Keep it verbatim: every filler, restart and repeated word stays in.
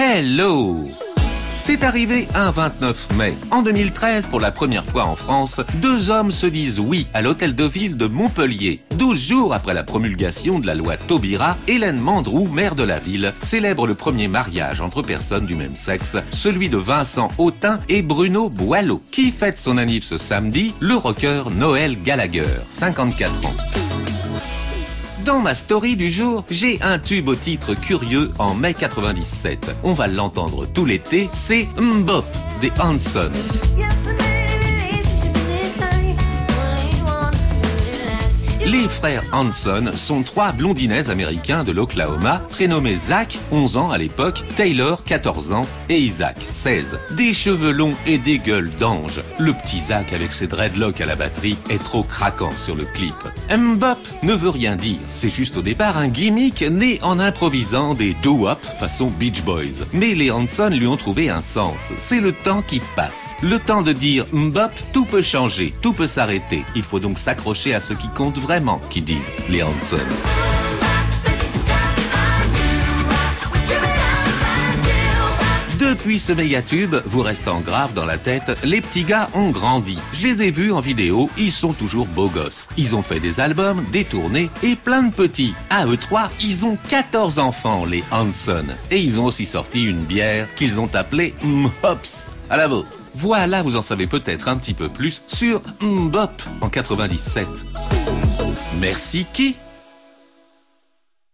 Hello! C'est arrivé un vingt-neuf mai. En deux mille treize, pour la première fois en France, deux hommes se disent oui à l'hôtel de ville de Montpellier. Douze jours après la promulgation de la loi Taubira, Hélène Mandroux, maire de la ville, célèbre le premier mariage entre personnes du même sexe, celui de Vincent Autain et Bruno Boileau, qui fête son anniv ce samedi, le rocker Noël Gallagher, cinquante-quatre ans. Dans ma story du jour, j'ai un tube au titre curieux en mai quatre-vingt-dix-sept. On va l'entendre tout l'été, c'est M'Bop des Hanson. Les frères Hanson sont trois blondinets américains de l'Oklahoma, prénommés Zach, onze ans à l'époque, Taylor, quatorze ans, et Isaac, seize. Des cheveux longs et des gueules d'ange. Le petit Zach avec ses dreadlocks à la batterie est trop craquant sur le clip. M'Bop ne veut rien dire, c'est juste au départ un gimmick né en improvisant des doo-wop façon Beach Boys. Mais les Hanson lui ont trouvé un sens, c'est le temps qui passe. Le temps de dire M'Bop, tout peut changer, tout peut s'arrêter. Il faut donc s'accrocher à ce qui compte vraiment. Qui disent les Hanson. Depuis ce mégatube, vous restant grave dans la tête, les petits gars ont grandi. Je les ai vus en vidéo, ils sont toujours beaux gosses. Ils ont fait des albums, des tournées et plein de petits. À eux trois, ils ont quatorze enfants, les Hanson. Et ils ont aussi sorti une bière qu'ils ont appelée M'Hops. À la vôtre. Voilà, vous en savez peut-être un petit peu plus sur M'Bop en quatre-vingt-dix-sept. Merci qui ?